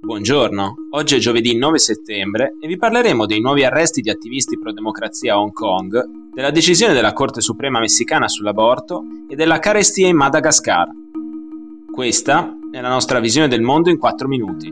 Buongiorno, oggi è giovedì 9 settembre e vi parleremo dei nuovi arresti di attivisti pro-democrazia a Hong Kong, della decisione della Corte Suprema messicana sull'aborto e della carestia in Madagascar. Questa è la nostra visione del mondo in 4 minuti.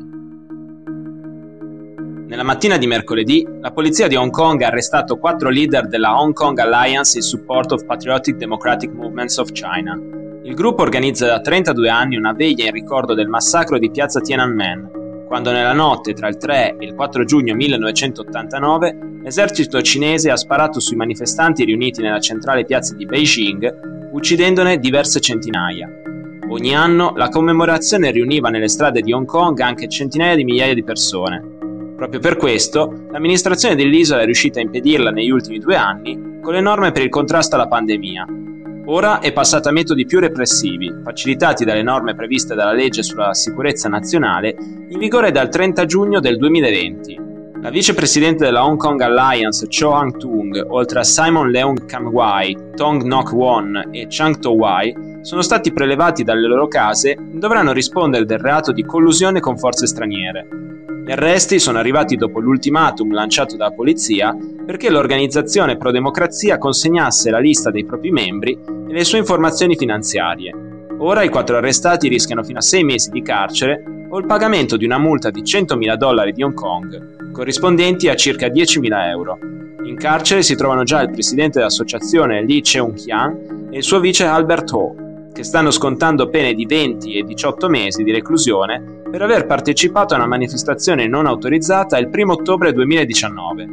Nella mattina di mercoledì, la polizia di Hong Kong ha arrestato 4 leader della Hong Kong Alliance in Support of Patriotic Democratic Movements of China. Il gruppo organizza da 32 anni una veglia in ricordo del massacro di piazza Tiananmen, quando nella notte tra il 3 e il 4 giugno 1989 l'esercito cinese ha sparato sui manifestanti riuniti nella centrale piazza di Beijing, uccidendone diverse centinaia. Ogni anno la commemorazione riuniva nelle strade di Hong Kong anche centinaia di migliaia di persone. Proprio per questo, l'amministrazione dell'isola è riuscita a impedirla negli ultimi 2 anni con le norme per il contrasto alla pandemia. Ora è passata a metodi più repressivi, facilitati dalle norme previste dalla legge sulla sicurezza nazionale, in vigore dal 30 giugno del 2020. La vicepresidente della Hong Kong Alliance, Cho Hang-tung, oltre a Simon Leung Kam-wai, Tong Nok-won e Chang To-wai, sono stati prelevati dalle loro case e dovranno rispondere del reato di collusione con forze straniere. Gli arresti sono arrivati dopo l'ultimatum lanciato dalla polizia perché l'organizzazione pro-democrazia consegnasse la lista dei propri membri e le sue informazioni finanziarie. Ora i 4 arrestati rischiano fino a 6 mesi di carcere o il pagamento di una multa di $100.000 di Hong Kong, corrispondenti a circa 10.000 euro. In carcere si trovano già il presidente dell'associazione Lee Cheung-kiang e il suo vice Albert Ho, che stanno scontando pene di 20 e 18 mesi di reclusione per aver partecipato a una manifestazione non autorizzata il 1 ottobre 2019.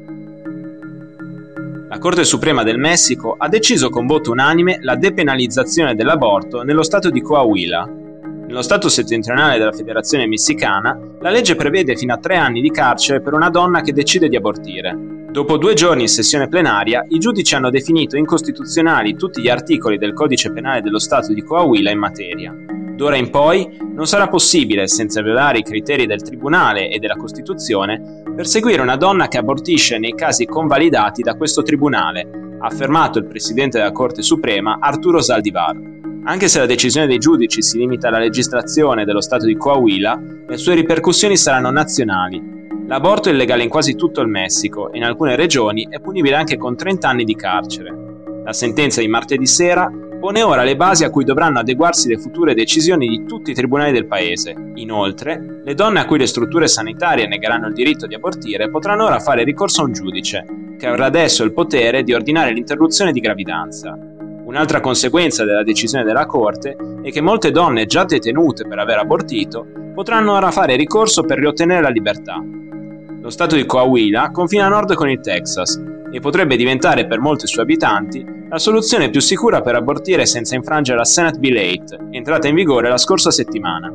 La Corte Suprema del Messico ha deciso con voto unanime la depenalizzazione dell'aborto nello stato di Coahuila. Nello stato settentrionale della Federazione Messicana, la legge prevede fino a 3 anni di carcere per una donna che decide di abortire. Dopo 2 giorni in sessione plenaria, i giudici hanno definito incostituzionali tutti gli articoli del Codice Penale dello Stato di Coahuila in materia. D'ora in poi non sarà possibile, senza violare i criteri del Tribunale e della Costituzione, perseguire una donna che abortisce nei casi convalidati da questo Tribunale, ha affermato il Presidente della Corte Suprema Arturo Zaldivar. Anche se la decisione dei giudici si limita alla legislazione dello Stato di Coahuila, le sue ripercussioni saranno nazionali. L'aborto è illegale in quasi tutto il Messico e in alcune regioni è punibile anche con 30 anni di carcere. La sentenza di martedì sera pone ora le basi a cui dovranno adeguarsi le future decisioni di tutti i tribunali del paese. Inoltre, le donne a cui le strutture sanitarie negheranno il diritto di abortire potranno ora fare ricorso a un giudice, che avrà adesso il potere di ordinare l'interruzione di gravidanza. Un'altra conseguenza della decisione della Corte è che molte donne già detenute per aver abortito potranno ora fare ricorso per riottenere la libertà. Lo stato di Coahuila confina a nord con il Texas e potrebbe diventare per molti suoi abitanti la soluzione più sicura per abortire senza infrangere la Senate Bill 8, entrata in vigore la scorsa settimana.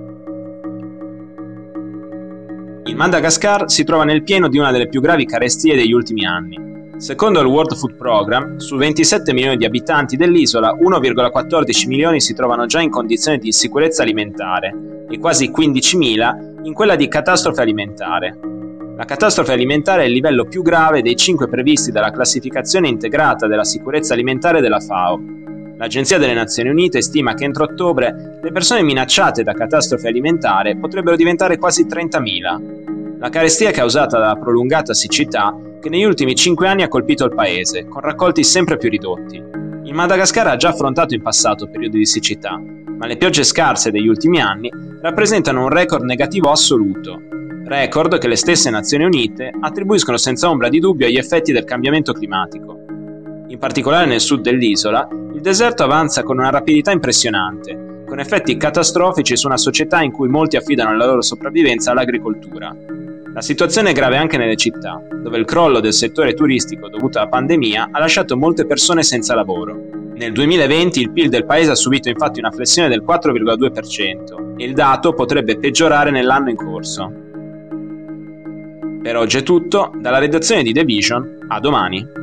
Il Madagascar si trova nel pieno di una delle più gravi carestie degli ultimi anni. Secondo il World Food Programme, su 27 milioni di abitanti dell'isola, 1,14 milioni si trovano già in condizioni di insicurezza alimentare e quasi 15.000 in quella di catastrofe alimentare. La catastrofe alimentare è il livello più grave dei 5 previsti dalla classificazione integrata della sicurezza alimentare della FAO. L'Agenzia delle Nazioni Unite stima che entro ottobre le persone minacciate da catastrofe alimentare potrebbero diventare quasi 30.000. La carestia è causata dalla prolungata siccità che negli ultimi 5 anni ha colpito il paese, con raccolti sempre più ridotti. Il Madagascar ha già affrontato in passato periodi di siccità, ma le piogge scarse degli ultimi anni rappresentano un record negativo assoluto. Record che le stesse Nazioni Unite attribuiscono senza ombra di dubbio agli effetti del cambiamento climatico. In particolare nel sud dell'isola, il deserto avanza con una rapidità impressionante, con effetti catastrofici su una società in cui molti affidano la loro sopravvivenza all'agricoltura. La situazione è grave anche nelle città, dove il crollo del settore turistico dovuto alla pandemia ha lasciato molte persone senza lavoro. Nel 2020 il PIL del paese ha subito infatti una flessione del 4,2% e il dato potrebbe peggiorare nell'anno in corso. Per oggi è tutto, dalla redazione di The Vision, a domani.